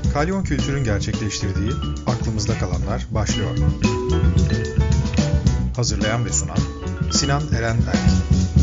Kalyon Kültür'ün gerçekleştirdiği Aklımızda Kalanlar başlıyor. Hazırlayan ve sunan Sinan Eren Erk.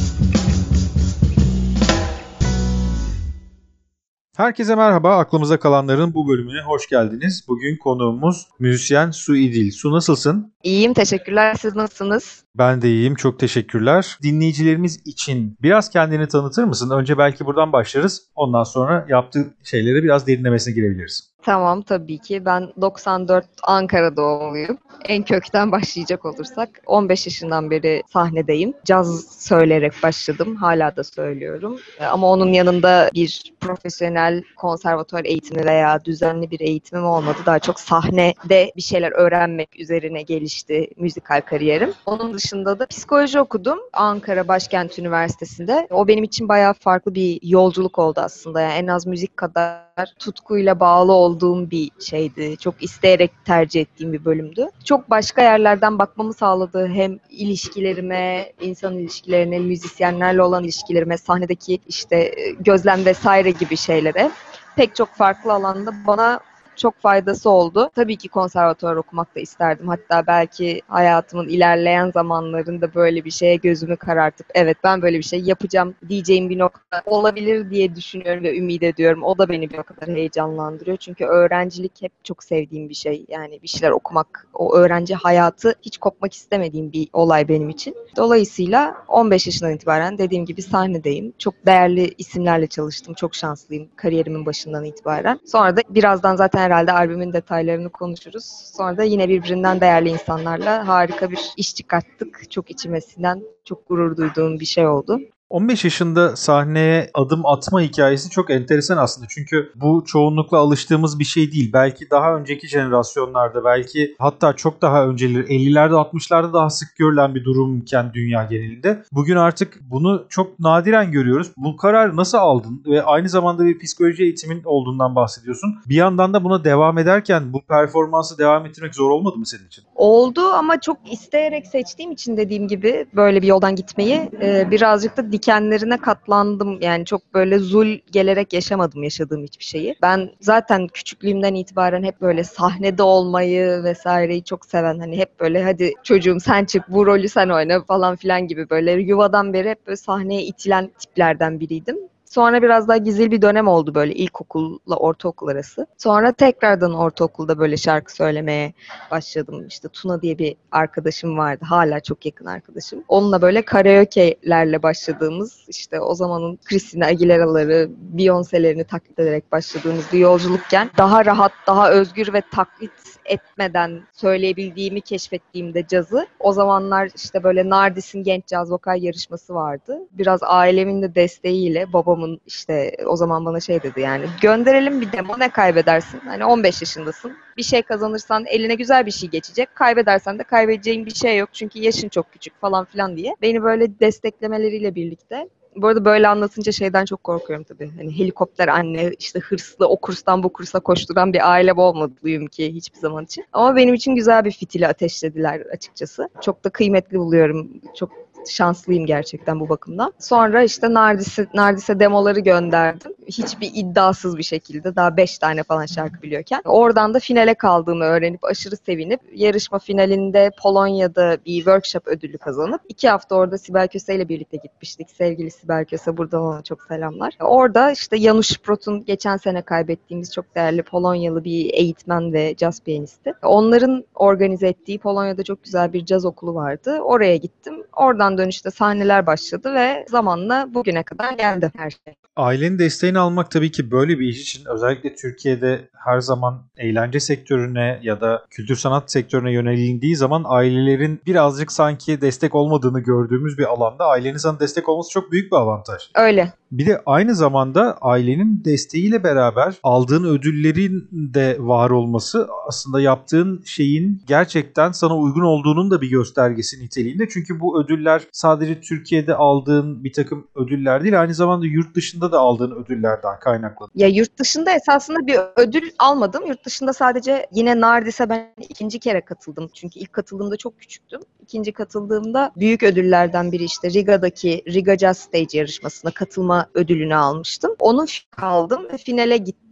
Herkese merhaba, Aklımızda Kalanlar'ın bu bölümüne hoş geldiniz. Bugün konuğumuz müzisyen Su İdil. Su, nasılsın? İyiyim, teşekkürler. Siz nasılsınız? Ben de iyiyim, çok teşekkürler. Dinleyicilerimiz için biraz kendini tanıtır mısın? Önce belki buradan başlarız. Ondan sonra yaptığı şeylere biraz derinlemesine girebiliriz. Tamam, tabii ki. Ben 94 Ankara doğumluyum. En kökten başlayacak olursak 15 yaşından beri sahnedeyim. Caz söyleyerek başladım. Hala da söylüyorum. Ama onun yanında bir profesyonel konservatuvar eğitimi veya düzenli bir eğitimim olmadı. Daha çok sahnede bir şeyler öğrenmek üzerine gelişti müzikal kariyerim. Onun dışında da psikoloji okudum Ankara Başkent Üniversitesi'nde. O benim için bayağı farklı bir yolculuk oldu aslında. Yani en az müzik kadar tutkuyla bağlı olduğum bir şeydi. Çok isteyerek tercih ettiğim bir bölümdü. Çok başka yerlerden bakmamı sağladı. Hem ilişkilerime, insan ilişkilerine, müzisyenlerle olan ilişkilerime, sahnedeki işte gözlem vesaire gibi şeylere. Pek çok farklı alanda bana çok faydası oldu. Tabii ki konservatuvar okumak da isterdim. Hatta belki hayatımın ilerleyen zamanlarında böyle bir şeye gözümü karartıp evet ben böyle bir şey yapacağım diyeceğim bir nokta olabilir diye düşünüyorum ve ümit ediyorum. O da beni bir o kadar heyecanlandırıyor. Çünkü öğrencilik hep çok sevdiğim bir şey. Yani bir şeyler okumak, o öğrenci hayatı hiç kopmak istemediğim bir olay benim için. Dolayısıyla 15 yaşından itibaren dediğim gibi sahnedeyim. Çok değerli isimlerle çalıştım. Çok şanslıyım kariyerimin başından itibaren. Sonra da birazdan zaten herhalde albümün detaylarını konuşuruz. Sonra da yine birbirinden değerli insanlarla harika bir iş çıkarttık. Çok içime sinen, çok gurur duyduğum bir şey oldu. 15 yaşında sahneye adım atma hikayesi çok enteresan aslında. Çünkü bu çoğunlukla alıştığımız bir şey değil. Belki daha önceki jenerasyonlarda, belki hatta çok daha önceleri 50'lerde 60'larda daha sık görülen bir durumken dünya genelinde. Bugün artık bunu çok nadiren görüyoruz. Bu kararı nasıl aldın? Ve aynı zamanda bir psikoloji eğitimin olduğundan bahsediyorsun. Bir yandan da buna devam ederken bu performansı devam ettirmek zor olmadı mı senin için? Oldu ama çok isteyerek seçtiğim için dediğim gibi böyle bir yoldan gitmeyi birazcık da dikenlerine katlandım. Yani çok böyle zul gelerek yaşamadım yaşadığım hiçbir şeyi. Ben zaten küçüklüğümden itibaren hep böyle sahnede olmayı vesaireyi çok seven, hani hep böyle hadi çocuğum sen çık bu rolü sen oyna falan filan gibi böyle yuvadan beri hep böyle sahneye itilen tiplerden biriydim. Sonra biraz daha gizli bir dönem oldu böyle ilkokulla ortaokul arası. Sonra tekrardan ortaokulda böyle şarkı söylemeye başladım. İşte Tuna diye bir arkadaşım vardı. Hala çok yakın arkadaşım. Onunla böyle karaoke'lerle başladığımız, işte o zamanın Christina Aguilera'ları, Beyoncé'lerini taklit ederek başladığımız bir yolculukken daha rahat, daha özgür ve taklit etmeden söyleyebildiğimi keşfettiğimde cazı, o zamanlar işte böyle Nardis'in genç caz vokal yarışması vardı. Biraz ailemin de desteğiyle babamın işte o zaman bana şey dedi, yani gönderelim bir demo, ne kaybedersin? Hani 15 yaşındasın. Bir şey kazanırsan eline güzel bir şey geçecek. Kaybedersen de kaybedeceğin bir şey yok. Çünkü yaşın çok küçük falan filan diye. Beni böyle desteklemeleriyle birlikte. Bu arada böyle anlatınca şeyden çok korkuyorum tabii. Hani helikopter anne, işte hırslı, o kurstan bu kursa koşturan bir aile olmalıyım ki hiçbir zaman için. Ama benim için güzel bir fitili ateşlediler açıkçası. Çok da kıymetli buluyorum. Çok şanslıyım gerçekten bu bakımdan. Sonra işte Nardis'e demoları gönderdim. Hiçbir iddiasız bir şekilde, daha 5 tane falan şarkı biliyorken. Oradan da finale kaldığımı öğrenip aşırı sevinip yarışma finalinde Polonya'da bir workshop ödülü kazanıp 2 hafta orada Sibel Köse ile birlikte gitmiştik. Sevgili Sibel Köse, buradan ona çok selamlar. Orada işte Janusz Prot'un geçen sene kaybettiğimiz çok değerli Polonyalı bir eğitmen ve caz piyanisti. Onların organize ettiği Polonya'da çok güzel bir caz okulu vardı. Oraya gittim. Oradan dönüşte sahneler başladı ve zamanla bugüne kadar geldi her şey. Ailenin desteğini almak tabii ki böyle bir iş için, özellikle Türkiye'de her zaman eğlence sektörüne ya da kültür sanat sektörüne yönelindiği zaman ailelerin birazcık sanki destek olmadığını gördüğümüz bir alanda ailenin sana destek olması çok büyük bir avantaj. Öyle. Bir de aynı zamanda ailenin desteğiyle beraber aldığın ödüllerin de var olması aslında yaptığın şeyin gerçekten sana uygun olduğunun da bir göstergesi niteliğinde. Çünkü bu ödüller sadece Türkiye'de aldığın bir takım ödüller değil, aynı zamanda yurt dışında da aldığın ödüllerden kaynaklı. Ya yurt dışında esasında bir ödül almadım. Yurt dışında sadece yine Nardis'e ben ikinci kere katıldım. Çünkü ilk katıldığımda çok küçüktüm. İkinci katıldığımda büyük ödüllerden biri işte Riga'daki Riga Jazz Stage yarışmasına katılma ödülünü almıştım. Onu kaldım ve finale gittim.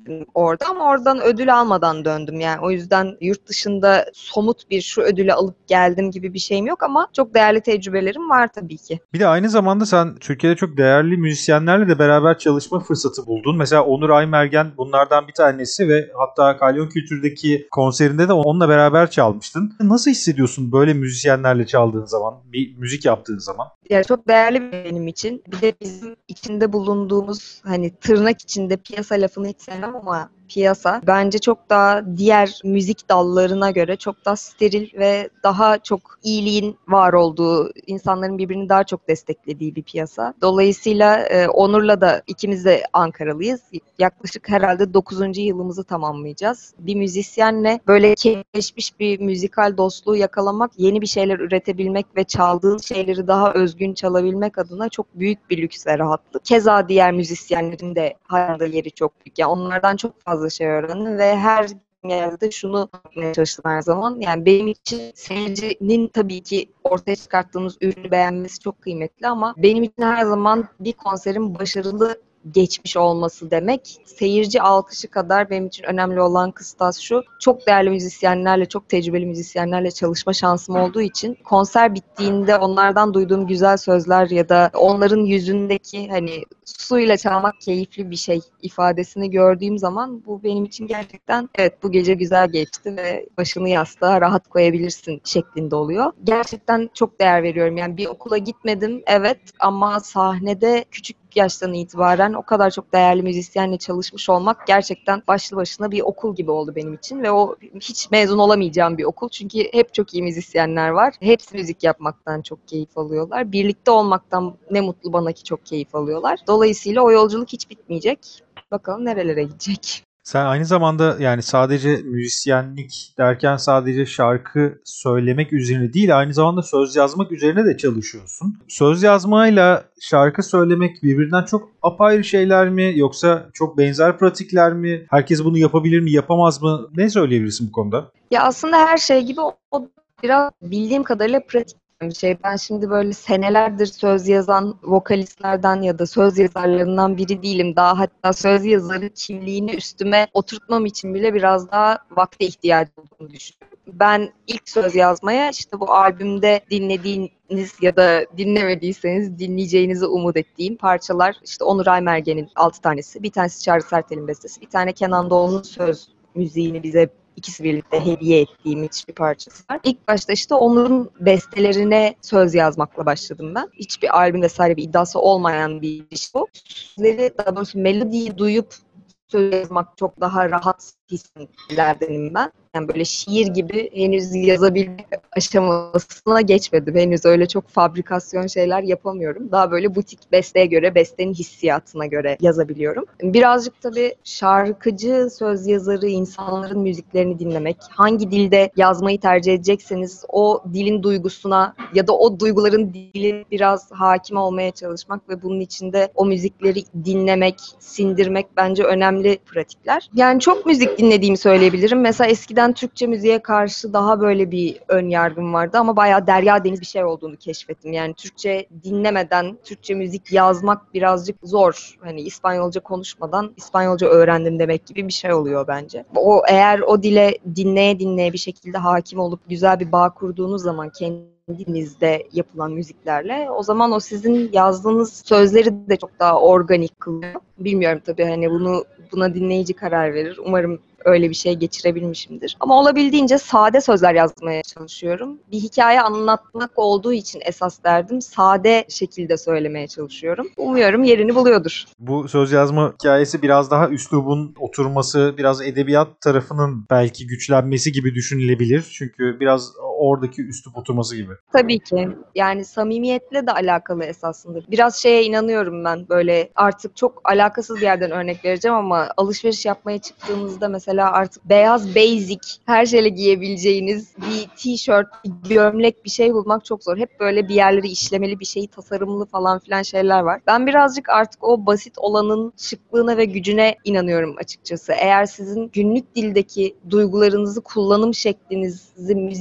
orada ama oradan ödül almadan döndüm. Yani o yüzden yurt dışında somut bir şu ödülü alıp geldim gibi bir şeyim yok ama çok değerli tecrübelerim var tabii ki. Bir de aynı zamanda sen Türkiye'de çok değerli müzisyenlerle de beraber çalışma fırsatı buldun. Mesela Onur Aymergen bunlardan bir tanesi ve hatta Kalyon Kültür'deki konserinde de onunla beraber çalmıştın. Nasıl hissediyorsun böyle müzisyenlerle çaldığın zaman, bir müzik yaptığın zaman? Yani çok değerli benim için. Bir de bizim içinde bulunduğumuz hani tırnak içinde piyasa lafını hiç sevmem ama piyasa bence çok daha diğer müzik dallarına göre çok daha steril ve daha çok iyiliğin var olduğu, insanların birbirini daha çok desteklediği bir piyasa. Dolayısıyla Onur'la da ikimiz de Ankaralıyız. Yaklaşık herhalde 9. yılımızı tamamlayacağız. Bir müzisyenle böyle keşfetmiş bir müzikal dostluğu yakalamak, yeni bir şeyler üretebilmek ve çaldığın şeyleri daha özgün çalabilmek adına çok büyük bir lüks ve rahatlık. Keza diğer müzisyenlerin de hayatında yeri çok büyük. Yani onlardan çok fazla şey öğrendim ve her yerde şunu yapmaya çalıştım her zaman. Yani benim için seyircinin tabii ki ortaya çıkarttığımız ürünü beğenmesi çok kıymetli ama benim için her zaman bir konserin başarılı geçmiş olması demek. Seyirci alkışı kadar benim için önemli olan kıstas şu. Çok değerli müzisyenlerle, çok tecrübeli müzisyenlerle çalışma şansım olduğu için konser bittiğinde onlardan duyduğum güzel sözler ya da onların yüzündeki hani suyla çalmak keyifli bir şey ifadesini gördüğüm zaman bu benim için gerçekten evet bu gece güzel geçti ve başını yastığa rahat koyabilirsin şeklinde oluyor. Gerçekten çok değer veriyorum. Yani bir okula gitmedim evet ama sahnede küçük yaştan itibaren o kadar çok değerli müzisyenle çalışmış olmak gerçekten başlı başına bir okul gibi oldu benim için ve o hiç mezun olamayacağım bir okul çünkü hep çok iyi müzisyenler var. Hepsi müzik yapmaktan çok keyif alıyorlar. Birlikte olmaktan ne mutlu bana ki çok keyif alıyorlar. Dolayısıyla o yolculuk hiç bitmeyecek. Bakalım nerelere gidecek. Sen aynı zamanda yani sadece müzisyenlik derken sadece şarkı söylemek üzerine değil aynı zamanda söz yazmak üzerine de çalışıyorsun. Söz yazmayla şarkı söylemek birbirinden çok apayrı şeyler mi yoksa çok benzer pratikler mi? Herkes bunu yapabilir mi yapamaz mı? Ne söyleyebilirsin bu konuda? Ya aslında her şey gibi o biraz bildiğim kadarıyla pratik bir şey. Ben şimdi böyle senelerdir söz yazan vokalistlerden ya da söz yazarlarından biri değilim. Daha hatta söz yazarı kimliğini üstüme oturtmam için bile biraz daha vakte ihtiyacım olduğunu düşünüyorum. Ben ilk söz yazmaya işte bu albümde dinlediğiniz ya da dinlemediyseniz dinleyeceğinizi umut ettiğim parçalar işte Onur Aymergen'in 6 tanesi, bir tanesi Çağrı Sertel'in bestesi, bir tane Kenan Doğulu'nun söz müziğini bize ikisi birlikte hediye ettiğim hiçbir parçası var. İlk başta işte Onur'un bestelerine söz yazmakla başladım ben. Hiçbir albüm vesaire bir iddiası olmayan bir iş bu. Sözleri, daha doğrusu melodiyi duyup söz yazmak çok daha rahat hislerdenim ben. Yani böyle şiir gibi henüz yazabilme aşamasına geçmedim. Henüz öyle çok fabrikasyon şeyler yapamıyorum. Daha böyle butik besteye göre, bestenin hissiyatına göre yazabiliyorum. Birazcık tabii şarkıcı, söz yazarı, insanların müziklerini dinlemek, hangi dilde yazmayı tercih edecekseniz o dilin duygusuna ya da o duyguların dili biraz hakim olmaya çalışmak ve bunun içinde o müzikleri dinlemek, sindirmek bence önemli pratikler. Yani çok müzik dinlediğimi söyleyebilirim. Mesela eskiden Türkçe müziğe karşı daha böyle bir ön yargım vardı ama bayağı derya deniz bir şey olduğunu keşfettim. Yani Türkçe dinlemeden Türkçe müzik yazmak birazcık zor. Hani İspanyolca konuşmadan İspanyolca öğrendim demek gibi bir şey oluyor bence. O eğer o dile dinleye dinleye bir şekilde hakim olup güzel bir bağ kurduğunuz zaman kendinizde yapılan müziklerle o zaman o sizin yazdığınız sözleri de çok daha organik kılıyor. Bilmiyorum tabii hani buna dinleyici karar verir. Umarım öyle bir şey geçirebilmişimdir. Ama olabildiğince sade sözler yazmaya çalışıyorum. Bir hikaye anlatmak olduğu için esas derdim sade şekilde söylemeye çalışıyorum. Umuyorum yerini buluyordur. Bu söz yazma hikayesi biraz daha üslubun oturması, biraz edebiyat tarafının belki güçlenmesi gibi düşünülebilir. Çünkü biraz oradaki üslup oturması gibi. Tabii ki. Yani samimiyetle de alakalı esasında. Biraz şeye inanıyorum ben böyle artık çok alakasız bir yerden örnek vereceğim ama alışveriş yapmaya çıktığınızda mesela artık beyaz basic her şeyle giyebileceğiniz bir tişört, bir gömlek bir şey bulmak çok zor. Hep böyle bir yerleri işlemeli bir şeyi tasarımlı falan filan şeyler var. Ben birazcık artık o basit olanın şıklığına ve gücüne inanıyorum açıkçası. Eğer sizin günlük dildeki duygularınızı kullanım şeklinizi müziğe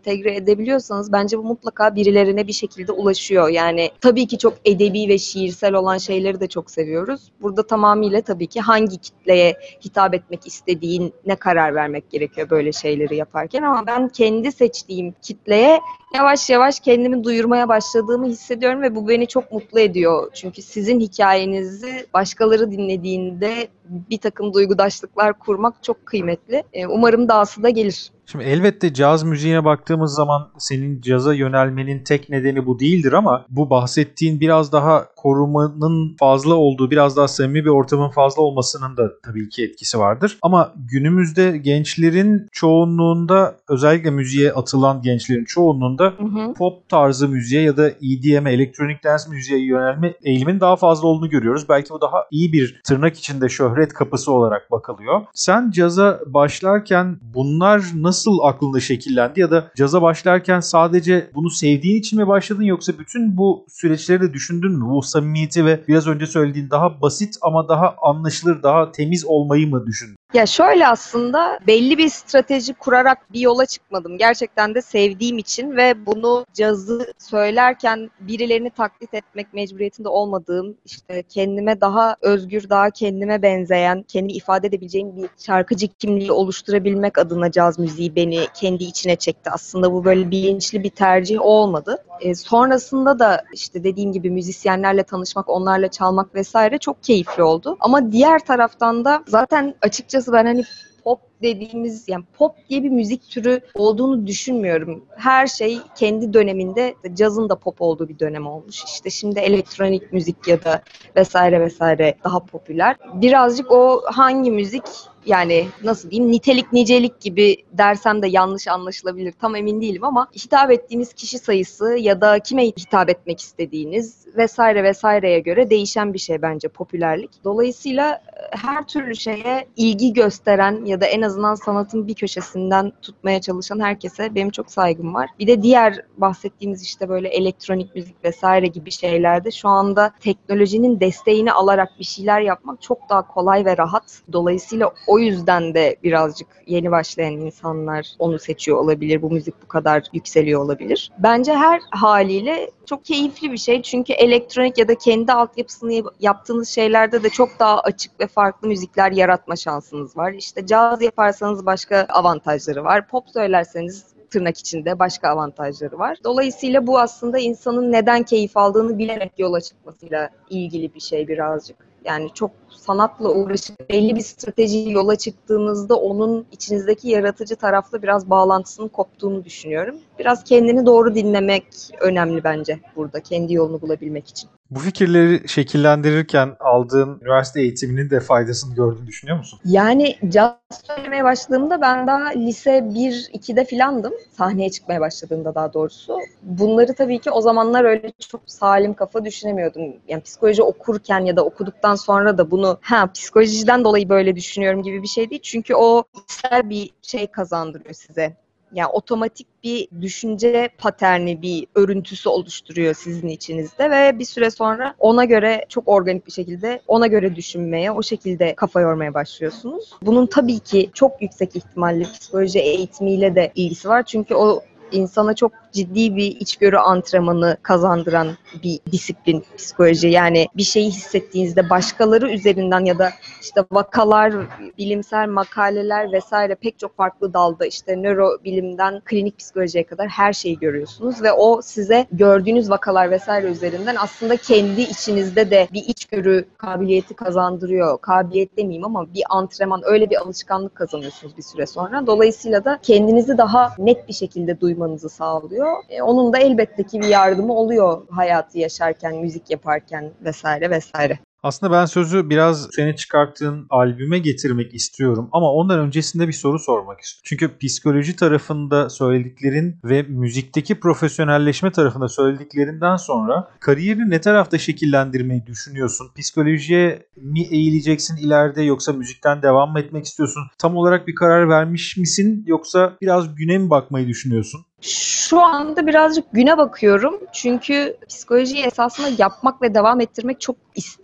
entegre edebiliyorsanız bence bu mutlaka birilerine bir şekilde ulaşıyor. Yani tabii ki çok edebi ve şiirsel olan şeyleri de çok seviyoruz. Burada tamamıyla tabii ki hangi kitleye hitap etmek istediğine karar vermek gerekiyor böyle şeyleri yaparken, ama ben kendi seçtiğim kitleye yavaş yavaş kendimi duyurmaya başladığımı hissediyorum ve bu beni çok mutlu ediyor. Çünkü sizin hikayenizi başkaları dinlediğinde bir takım duygudaşlıklar kurmak çok kıymetli. Umarım dahası da gelir. Şimdi elbette caz müziğine baktığımız zaman senin caza yönelmenin tek nedeni bu değildir ama bu bahsettiğin biraz daha korumanın fazla olduğu, biraz daha samimi bir ortamın fazla olmasının da tabii ki etkisi vardır. Ama günümüzde gençlerin çoğunluğunda, özellikle müziğe atılan gençlerin çoğunluğunda pop tarzı müziğe ya da EDM'e, elektronik dance müziğe yönelme eğilimin daha fazla olduğunu görüyoruz. Belki bu daha iyi bir tırnak içinde şöhret kapısı olarak bakılıyor. Sen caza başlarken bunlar nasıl aklında şekillendi ya da caza başlarken sadece bunu sevdiğin için mi başladın, yoksa bütün bu süreçleri de düşündün mü? Bu samimiyeti ve biraz önce söylediğin daha basit ama daha anlaşılır, daha temiz olmayı mı düşündün? Ya şöyle, aslında belli bir strateji kurarak bir yola çıkmadım. Gerçekten de sevdiğim için ve bunu cazı söylerken birilerini taklit etmek mecburiyetinde olmadığım, işte kendime daha özgür, daha kendime benzeyen, kendimi ifade edebileceğim bir şarkıcı kimliği oluşturabilmek adına caz müziği beni kendi içine çekti. Aslında bu böyle bilinçli bir tercih olmadı. Sonrasında da işte dediğim gibi müzisyenlerle tanışmak, onlarla çalmak vesaire çok keyifli oldu. Ama diğer taraftan da zaten açıkçası ben hani pop dediğimiz, yani pop diye bir müzik türü olduğunu düşünmüyorum. Her şey kendi döneminde, cazın da pop olduğu bir dönem olmuş. İşte şimdi elektronik müzik ya da vesaire vesaire daha popüler. Birazcık o hangi müzik, yani nasıl diyeyim, nitelik nicelik gibi dersem de yanlış anlaşılabilir, tam emin değilim, ama hitap ettiğiniz kişi sayısı ya da kime hitap etmek istediğiniz vesaire vesaireye göre değişen bir şey bence popülerlik. Dolayısıyla her türlü şeye ilgi gösteren ya da en azından sanatın bir köşesinden tutmaya çalışan herkese benim çok saygım var. Bir de diğer bahsettiğimiz işte böyle elektronik müzik vesaire gibi şeylerde şu anda teknolojinin desteğini alarak bir şeyler yapmak çok daha kolay ve rahat. Dolayısıyla o yüzden de birazcık yeni başlayan insanlar onu seçiyor olabilir. Bu müzik bu kadar yükseliyor olabilir. Bence her haliyle çok keyifli bir şey. Çünkü elektronik ya da kendi altyapısını yaptığınız şeylerde de çok daha açık ve farklı müzikler yaratma şansınız var. İşte caz yaparsanız başka avantajları var. Pop söylerseniz tırnak içinde başka avantajları var. Dolayısıyla bu aslında insanın neden keyif aldığını bilerek yola çıkmasıyla ilgili bir şey birazcık. Yani çok sanatla uğraşıp belli bir strateji yola çıktığınızda onun içinizdeki yaratıcı tarafla biraz bağlantısının koptuğunu düşünüyorum. Biraz kendini doğru dinlemek önemli bence burada, kendi yolunu bulabilmek için. Bu fikirleri şekillendirirken aldığın üniversite eğitiminin de faydasını gördüğünü düşünüyor musun? Yani caz söylemeye başladığımda ben daha lise 1-2'de filandım. Sahneye çıkmaya başladığımda daha doğrusu. Bunları tabii ki o zamanlar öyle çok salim kafa düşünemiyordum. Yani psikoloji okurken ya da okuduktan sonra da bunu psikolojiden dolayı böyle düşünüyorum gibi bir şey değil. Çünkü o içsel bir şey kazandırıyor size. Yani otomatik bir düşünce paterni, bir örüntüsü oluşturuyor sizin içinizde ve bir süre sonra ona göre çok organik bir şekilde ona göre düşünmeye, o şekilde kafa yormaya başlıyorsunuz. Bunun tabii ki çok yüksek ihtimalle psikoloji eğitimiyle de ilgisi var. Çünkü o insana çok ciddi bir içgörü antrenmanı kazandıran bir disiplin psikoloji. Yani bir şeyi hissettiğinizde başkaları üzerinden ya da işte vakalar, bilimsel makaleler vesaire pek çok farklı dalda, işte nörobilimden klinik psikolojiye kadar her şeyi görüyorsunuz ve o size gördüğünüz vakalar vesaire üzerinden aslında kendi içinizde de bir içgörü kabiliyeti kazandırıyor. Kabiliyet demeyeyim ama bir antrenman, öyle bir alışkanlık kazanıyorsunuz bir süre sonra. Dolayısıyla da kendinizi daha net bir şekilde duymanızı sağlıyor. Onun da elbette ki bir yardımı oluyor hayatı yaşarken, müzik yaparken vesaire vesaire. Aslında ben sözü biraz seni çıkarttığın albüme getirmek istiyorum ama ondan öncesinde bir soru sormak istiyorum. Çünkü psikoloji tarafında söylediklerin ve müzikteki profesyonelleşme tarafında söylediklerinden sonra kariyerini ne tarafta şekillendirmeyi düşünüyorsun? Psikolojiye mi eğileceksin ileride, yoksa müzikten devam mı etmek istiyorsun? Tam olarak bir karar vermiş misin, yoksa biraz güne mi bakmayı düşünüyorsun? Şu anda birazcık güne bakıyorum. Çünkü psikolojiyi esasında yapmak ve devam ettirmek çok isterim.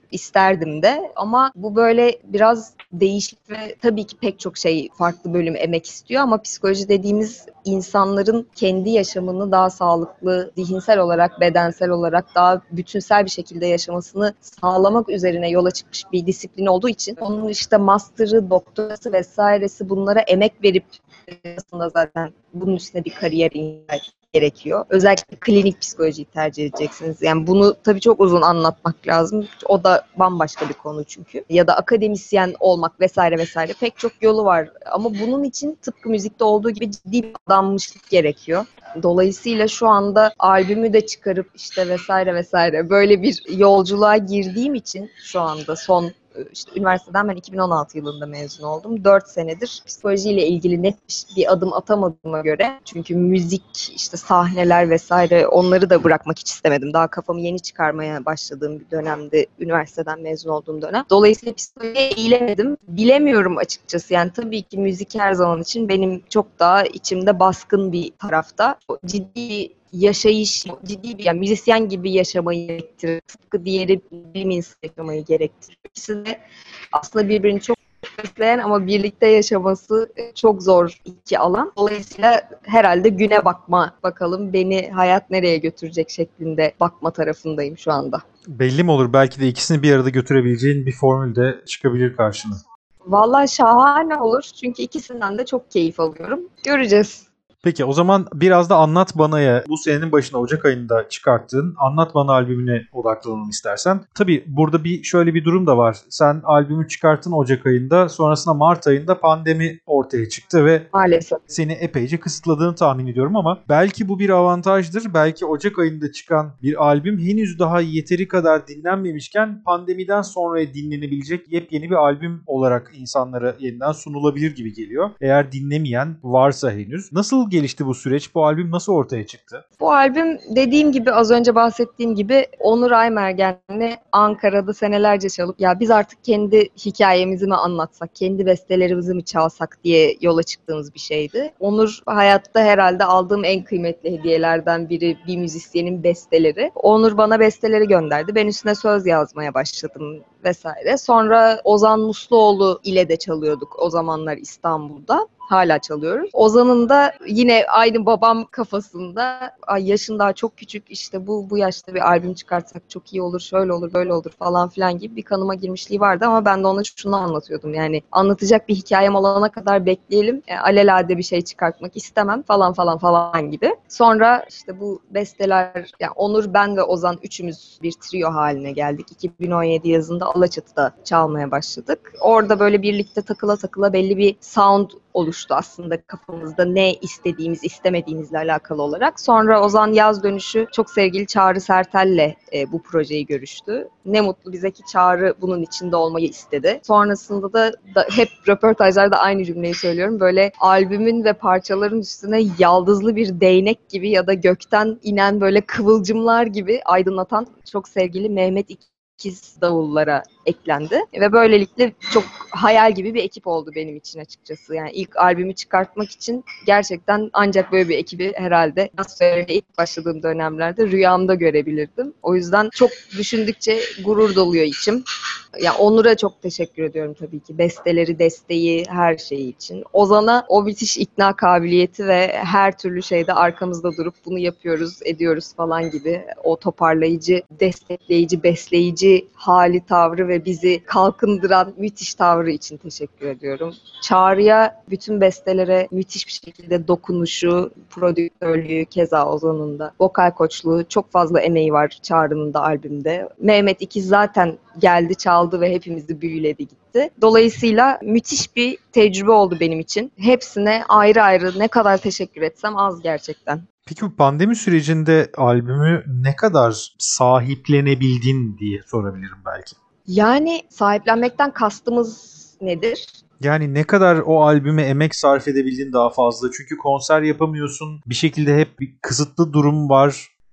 isterdim de ama bu böyle biraz değişik ve tabii ki pek çok şey farklı bölüm emek istiyor ama psikoloji dediğimiz insanların kendi yaşamını daha sağlıklı, zihinsel olarak, bedensel olarak daha bütünsel bir şekilde yaşamasını sağlamak üzerine yola çıkmış bir disiplin olduğu için onun işte master'ı, doktorası vesairesi bunlara emek verip aslında zaten bunun üstüne bir kariyer inşa gerekiyor. Özellikle klinik psikolojiyi tercih edeceksiniz. Yani bunu tabii çok uzun anlatmak lazım. O da bambaşka bir konu çünkü. Ya da akademisyen olmak vesaire vesaire pek çok yolu var. Ama bunun için tıpkı müzikte olduğu gibi ciddi bir adanmışlık gerekiyor. Dolayısıyla şu anda albümü de çıkarıp işte vesaire vesaire böyle bir yolculuğa girdiğim için şu anda son işte üniversiteden ben 2016 yılında mezun oldum. 4 senedir psikolojiyle ilgili net bir adım atamadığıma göre çünkü müzik, işte sahneler vesaire onları da bırakmak hiç istemedim. Daha kafamı yeni çıkarmaya başladığım bir dönemde üniversiteden mezun olduğum dönem. Dolayısıyla psikolojiye eğilemedim. Bilemiyorum açıkçası. Yani tabii ki müzik her zaman için benim çok daha içimde baskın bir tarafta. Ciddi yaşayış, ciddi bir yani müzisyen gibi yaşamayı gerektirir. Tıpkı diğeri bilim insanı yaşamayı gerektirir. İkisi de aslında birbirini çok besleyen ama birlikte yaşaması çok zor iki alan. Dolayısıyla herhalde güne bakma, bakalım beni hayat nereye götürecek şeklinde bakma tarafındayım şu anda. Belli mi olur? Belki de ikisini bir arada götürebileceğin bir formül de çıkabilir karşına. Vallahi şahane olur çünkü ikisinden de çok keyif alıyorum. Göreceğiz. Peki o zaman biraz da Anlat Bana'ya, bu senenin başında Ocak ayında çıkarttığın Anlat Bana albümüne odaklanalım istersen. Tabii burada şöyle bir durum da var. Sen albümü çıkarttın Ocak ayında, sonrasında Mart ayında pandemi ortaya çıktı ve Maalesef. seni epeyce kısıtladığını tahmin ediyorum ama belki bu bir avantajdır. Belki Ocak ayında çıkan bir albüm henüz daha yeteri kadar dinlenmemişken pandemiden sonra dinlenebilecek yepyeni bir albüm olarak insanlara yeniden sunulabilir gibi geliyor. Eğer dinlemeyen varsa henüz. Nasıl gelişti bu süreç? Bu albüm nasıl ortaya çıktı? Bu albüm dediğim gibi az önce bahsettiğim gibi Onur Aymergen'le Ankara'da senelerce çalıp ya biz artık kendi hikayemizi mi anlatsak, kendi bestelerimizi mi çalsak diye yola çıktığımız bir şeydi. Onur hayatta herhalde aldığım en kıymetli hediyelerden biri bir müzisyenin besteleri. Onur bana besteleri gönderdi. Ben üstüne söz yazmaya başladım vesaire. Sonra Ozan Musluoğlu ile de çalıyorduk o zamanlar İstanbul'da. Hala çalıyoruz. Ozan'ın da yine aynı babam kafasında ay yaşın daha çok küçük işte bu yaşta bir albüm çıkartsak çok iyi olur, şöyle olur, böyle olur falan filan gibi bir kanıma girmişliği vardı ama ben de ona şunu anlatıyordum. Yani anlatacak bir hikayem olana kadar bekleyelim. Alelade bir şey çıkartmak istemem falan falan falan gibi. Sonra işte bu besteler yani Onur, ben ve Ozan üçümüz bir trio haline geldik. 2017 yazında Alaçatı'da çalmaya başladık. Orada böyle birlikte takıla takıla belli bir sound oluştu aslında kafamızda ne istediğimiz, istemediğimizle alakalı olarak. Sonra Ozan yaz dönüşü çok sevgili Çağrı Sertel'le bu projeyi görüştü. Ne mutlu bize ki Çağrı bunun içinde olmayı istedi. Sonrasında da hep röportajlarda aynı cümleyi söylüyorum. Böyle albümün ve parçaların üstüne yaldızlı bir değnek gibi ya da gökten inen böyle kıvılcımlar gibi aydınlatan çok sevgili Mehmet İkiz davullara eklendi ve böylelikle çok hayal gibi bir ekip oldu benim için açıkçası. Yani ilk albümü çıkartmak için gerçekten ancak böyle bir ekibi herhalde nasıl söyleyeyim ilk başladığım dönemlerde rüyamda görebilirdim. O yüzden çok düşündükçe gurur doluyor içim. Ya Onur'a çok teşekkür ediyorum tabii ki. Besteleri, desteği, her şeyi için. Ozan'a o müthiş ikna kabiliyeti ve her türlü şeyde arkamızda durup bunu yapıyoruz, ediyoruz falan gibi o toparlayıcı, destekleyici, besleyici hali, tavrı ve bizi kalkındıran müthiş tavrı için teşekkür ediyorum. Çağrı'ya bütün bestelere müthiş bir şekilde dokunuşu, prodüktörlüğü keza Ozan'ın da, vokal koçluğu çok fazla emeği var Çağrı'nın da albümde. Mehmet İkiz zaten geldi, çaldı ve hepimizi büyüledi gitti. Dolayısıyla müthiş bir tecrübe oldu benim için. Hepsine ayrı ayrı ne kadar teşekkür etsem az gerçekten. Peki bu pandemi sürecinde albümü ne kadar sahiplenebildin diye sorabilirim belki. Yani sahiplenmekten kastımız nedir? Yani ne kadar o albüme emek sarf edebildin daha fazla. Çünkü konser yapamıyorsun. Bir şekilde hep bir kısıtlı durum var.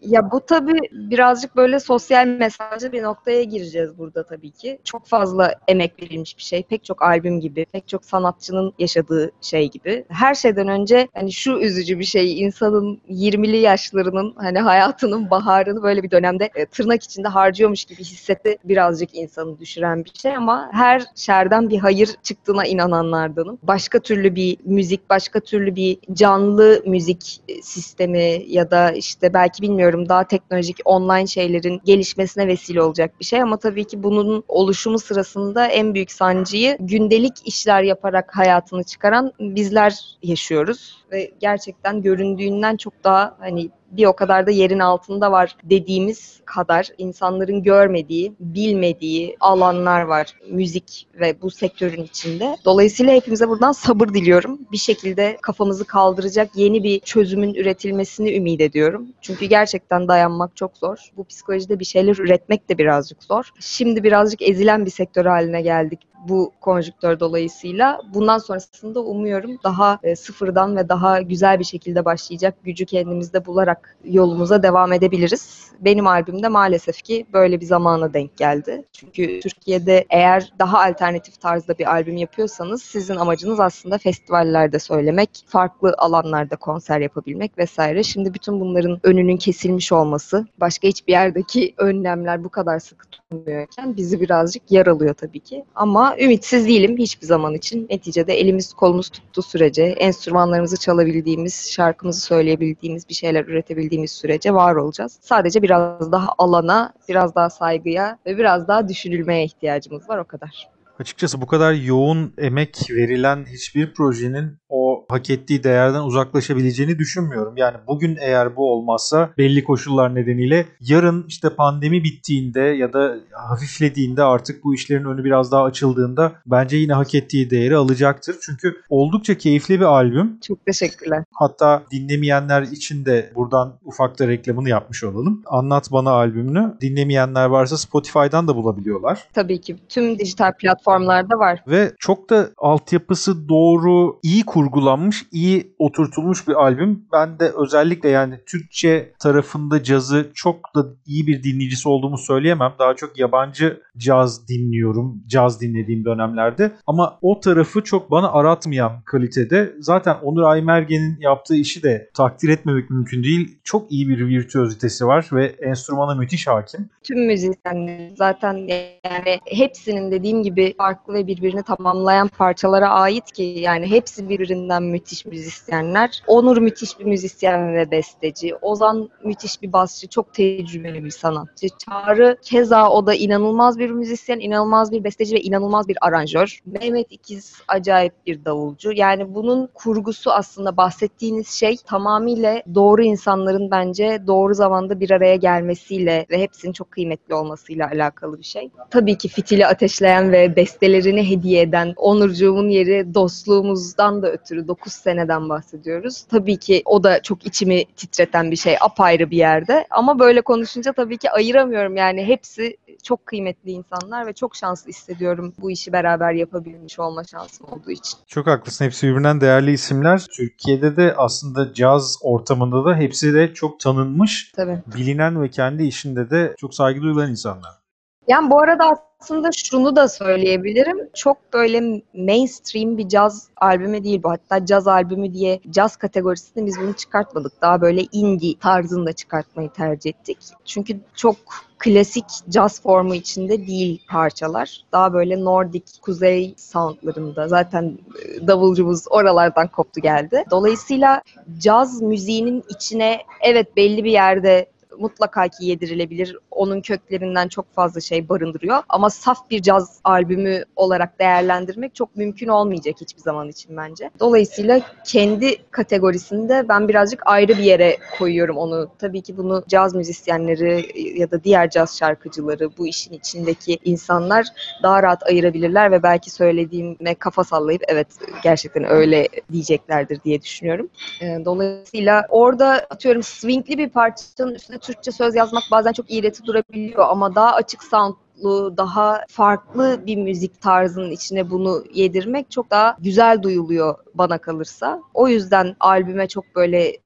Ya bu tabii birazcık böyle sosyal mesajlı bir noktaya gireceğiz burada tabii ki. Çok fazla emek verilmiş bir şey. Pek çok albüm gibi, pek çok sanatçının yaşadığı şey gibi. Her şeyden önce hani şu üzücü bir şey, insanın 20'li yaşlarının hani hayatının baharını böyle bir dönemde tırnak içinde harcıyormuş gibi hissetti, birazcık insanı düşüren bir şey ama her şerden bir hayır çıktığına inananlardanım. Başka türlü bir müzik, başka türlü bir canlı müzik sistemi ya da işte belki bilmiyorum daha teknolojik online şeylerin gelişmesine vesile olacak bir şey ama tabii ki bunun oluşumu sırasında en büyük sancıyı gündelik işler yaparak hayatını çıkaran bizler yaşıyoruz ve gerçekten göründüğünden çok daha hani bir o kadar da yerin altında var dediğimiz kadar insanların görmediği, bilmediği alanlar var müzik ve bu sektörün içinde. Dolayısıyla hepimize buradan sabır diliyorum. Bir şekilde kafamızı kaldıracak yeni bir çözümün üretilmesini ümit ediyorum. Çünkü gerçekten dayanmak çok zor. Bu psikolojide bir şeyler üretmek de birazcık zor. Şimdi birazcık ezilen bir sektör haline geldik bu konjüktör dolayısıyla. Bundan sonrasında umuyorum daha sıfırdan ve daha güzel bir şekilde başlayacak gücü kendimizde bularak yolumuza devam edebiliriz. Benim albümde maalesef ki böyle bir zamana denk geldi. Çünkü Türkiye'de eğer daha alternatif tarzda bir albüm yapıyorsanız sizin amacınız aslında festivallerde söylemek, farklı alanlarda konser yapabilmek vesaire. Şimdi bütün bunların önünün kesilmiş olması, başka hiçbir yerdeki önlemler bu kadar sıkı tutmuyorken bizi birazcık yaralıyor tabii ki. Ama ümitsiz değilim hiçbir zaman için. Neticede elimiz kolumuz tuttuğu sürece, enstrümanlarımızı çalabildiğimiz, şarkımızı söyleyebildiğimiz, bir şeyler üretebildiğimiz sürece var olacağız. Sadece biraz daha alana, biraz daha saygıya ve biraz daha düşünülmeye ihtiyacımız var, o kadar. Açıkçası bu kadar yoğun emek verilen hiçbir projenin o hak ettiği değerden uzaklaşabileceğini düşünmüyorum. Yani bugün eğer bu olmazsa belli koşullar nedeniyle yarın işte pandemi bittiğinde ya da hafiflediğinde artık bu işlerin önü biraz daha açıldığında bence yine hak ettiği değeri alacaktır. Çünkü oldukça keyifli bir albüm. Çok teşekkürler. Hatta dinlemeyenler için de buradan ufak da reklamını yapmış olalım. Anlat Bana albümünü dinlemeyenler varsa Spotify'dan da bulabiliyorlar. Tabii ki tüm dijital platformlarda var. Ve çok da altyapısı doğru, iyi kurgulanmış, iyi oturtulmuş bir albüm. Ben de özellikle yani Türkçe tarafında cazı çok da iyi bir dinleyicisi olduğumu söyleyemem. Daha çok yabancı caz dinliyorum, caz dinlediğim dönemlerde. Ama o tarafı çok bana aratmayan kalitede. Zaten Onur Aymergen'in yaptığı işi de takdir etmemek mümkün değil. Çok iyi bir virtüözitesi var ve enstrümana müthiş hakim. Tüm müzisyenler zaten yani hepsinin dediğim gibi farklı ve birbirini tamamlayan parçalara ait ki yani hepsi birbirinden müthiş müzisyenler. Onur müthiş bir müzisyen ve besteci. Ozan müthiş bir basçı, çok tecrübeli bir sanatçı. Çağrı keza o da inanılmaz bir müzisyen, inanılmaz bir besteci ve inanılmaz bir aranjör. Mehmet İkiz acayip bir davulcu. Yani bunun kurgusu aslında bahsettiğiniz şey tamamıyla doğru insanların bence doğru zamanda bir araya gelmesiyle ve hepsinin çok kıymetli olmasıyla alakalı bir şey. Tabii ki fitili ateşleyen ve bestelerini hediye eden Onurcuğumun yeri dostluğumuzdan da ötürü 9 seneden bahsediyoruz. Tabii ki o da çok içimi titreten bir şey, apayrı bir yerde. Ama böyle konuşunca tabii ki ayıramıyorum yani hepsi çok kıymetli insanlar ve çok şanslı hissediyorum bu işi beraber yapabilmiş olma şansım olduğu için. Çok haklısın. Hepsi birbirinden değerli isimler. Türkiye'de de aslında caz ortamında da hepsi de çok tanınmış, Tabii. bilinen ve kendi işinde de çok saygı duyulan insanlar. Yani bu arada aslında şunu da söyleyebilirim. Çok böyle mainstream bir caz albümü değil bu. Hatta caz albümü diye caz kategorisinde biz bunu çıkartmadık. Daha böyle indie tarzında çıkartmayı tercih ettik. Çünkü çok klasik caz formu içinde değil parçalar. Daha böyle Nordik, kuzey soundlarında. Zaten davulcumuz oralardan koptu geldi. Dolayısıyla caz müziğinin içine evet belli bir yerde mutlaka ki yedirilebilir. Onun köklerinden çok fazla şey barındırıyor. Ama saf bir caz albümü olarak değerlendirmek çok mümkün olmayacak hiçbir zaman için bence. Dolayısıyla kendi kategorisinde ben birazcık ayrı bir yere koyuyorum onu. Tabii ki bunu caz müzisyenleri ya da diğer caz şarkıcıları, bu işin içindeki insanlar daha rahat ayırabilirler ve belki söylediğime kafa sallayıp evet gerçekten öyle diyeceklerdir diye düşünüyorum. Dolayısıyla orada atıyorum swingli bir parçanın üstüne Türkçe söz yazmak bazen çok iğreti durabiliyor ama daha açık soundlu, daha farklı bir müzik tarzının içine bunu yedirmek çok daha güzel duyuluyor bana kalırsa. O yüzden albüme çok böyle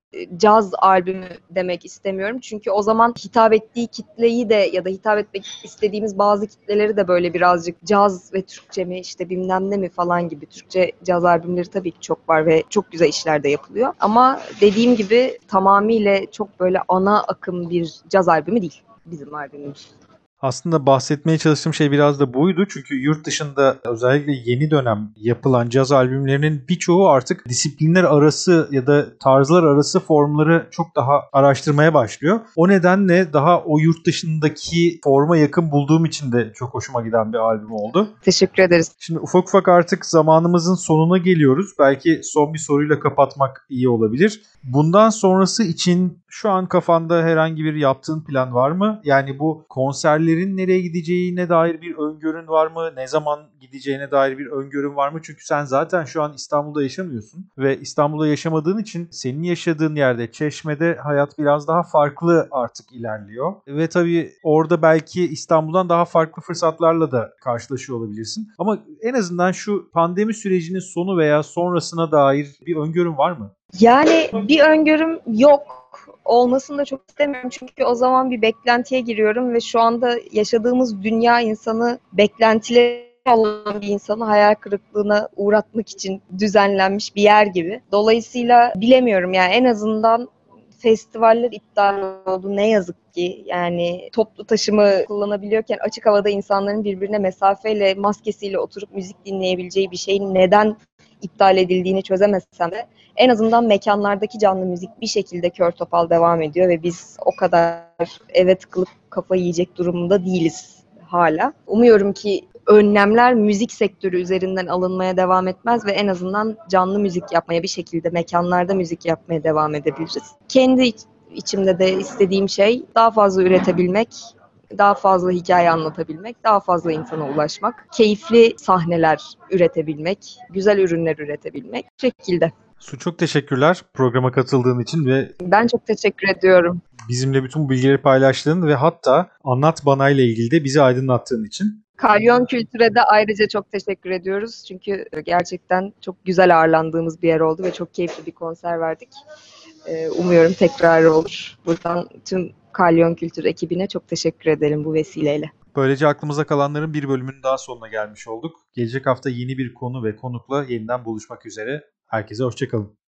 caz albümü demek istemiyorum. Çünkü o zaman hitap ettiği kitleyi de ya da hitap etmek istediğimiz bazı kitleleri de böyle birazcık caz ve Türkçe mi işte bilmem ne mi falan gibi Türkçe caz albümleri tabii ki çok var ve çok güzel işler de yapılıyor. Ama dediğim gibi tamamıyla çok böyle ana akım bir caz albümü değil bizim albümümüz. Aslında bahsetmeye çalıştığım şey biraz da buydu. Çünkü yurt dışında özellikle yeni dönem yapılan caz albümlerinin birçoğu artık disiplinler arası ya da tarzlar arası formları çok daha araştırmaya başlıyor. O nedenle daha o yurt dışındaki forma yakın bulduğum için de çok hoşuma giden bir albüm oldu. Teşekkür ederiz. Şimdi ufak ufak artık zamanımızın sonuna geliyoruz. Belki son bir soruyla kapatmak iyi olabilir. Bundan sonrası için şu an kafanda herhangi bir yaptığın plan var mı? Yani bu konserlerin nereye gideceğine dair bir öngörün var mı? Ne zaman gideceğine dair bir öngörün var mı? Çünkü sen zaten şu an İstanbul'da yaşamıyorsun ve İstanbul'da yaşamadığın için senin yaşadığın yerde Çeşme'de hayat biraz daha farklı artık ilerliyor. Ve tabii orada belki İstanbul'dan daha farklı fırsatlarla da karşılaşıyor olabilirsin. Ama en azından şu pandemi sürecinin sonu veya sonrasına dair bir öngörün var mı? Yani bir öngörüm yok. Olmasını da çok istemiyorum çünkü o zaman bir beklentiye giriyorum ve şu anda yaşadığımız dünya insanı beklentileri olan bir insanı hayal kırıklığına uğratmak için düzenlenmiş bir yer gibi. Dolayısıyla bilemiyorum yani en azından festivaller iptal oldu ne yazık ki. Yani toplu taşımı kullanabiliyorken açık havada insanların birbirine mesafeyle, maskesiyle oturup müzik dinleyebileceği bir şeyin neden iptal edildiğini çözemezsem de en azından mekanlardaki canlı müzik bir şekilde kör topal devam ediyor ve biz o kadar eve tıkılıp kafa yiyecek durumunda değiliz hala. Umuyorum ki önlemler müzik sektörü üzerinden alınmaya devam etmez ve en azından canlı müzik yapmaya bir şekilde mekanlarda müzik yapmaya devam edebiliriz. Kendi içimde de istediğim şey daha fazla üretebilmek, daha fazla hikaye anlatabilmek, daha fazla insana ulaşmak, keyifli sahneler üretebilmek, güzel ürünler üretebilmek bu şekilde. Su, çok teşekkürler programa katıldığın için ve Ben çok teşekkür ediyorum. bizimle bütün bu bilgileri paylaştığın ve hatta Anlat Bana ile ilgili de bizi aydınlattığın için. Kalyon Kültür'e de ayrıca çok teşekkür ediyoruz. Çünkü gerçekten çok güzel ağırlandığımız bir yer oldu ve çok keyifli bir konser verdik. Umuyorum tekrarı olur. Buradan tüm Kalyon Kültür ekibine çok teşekkür edelim bu vesileyle. Böylece aklımıza kalanların bir bölümünün daha sonuna gelmiş olduk. Gelecek hafta yeni bir konu ve konukla yeniden buluşmak üzere. Herkese hoşça kalın.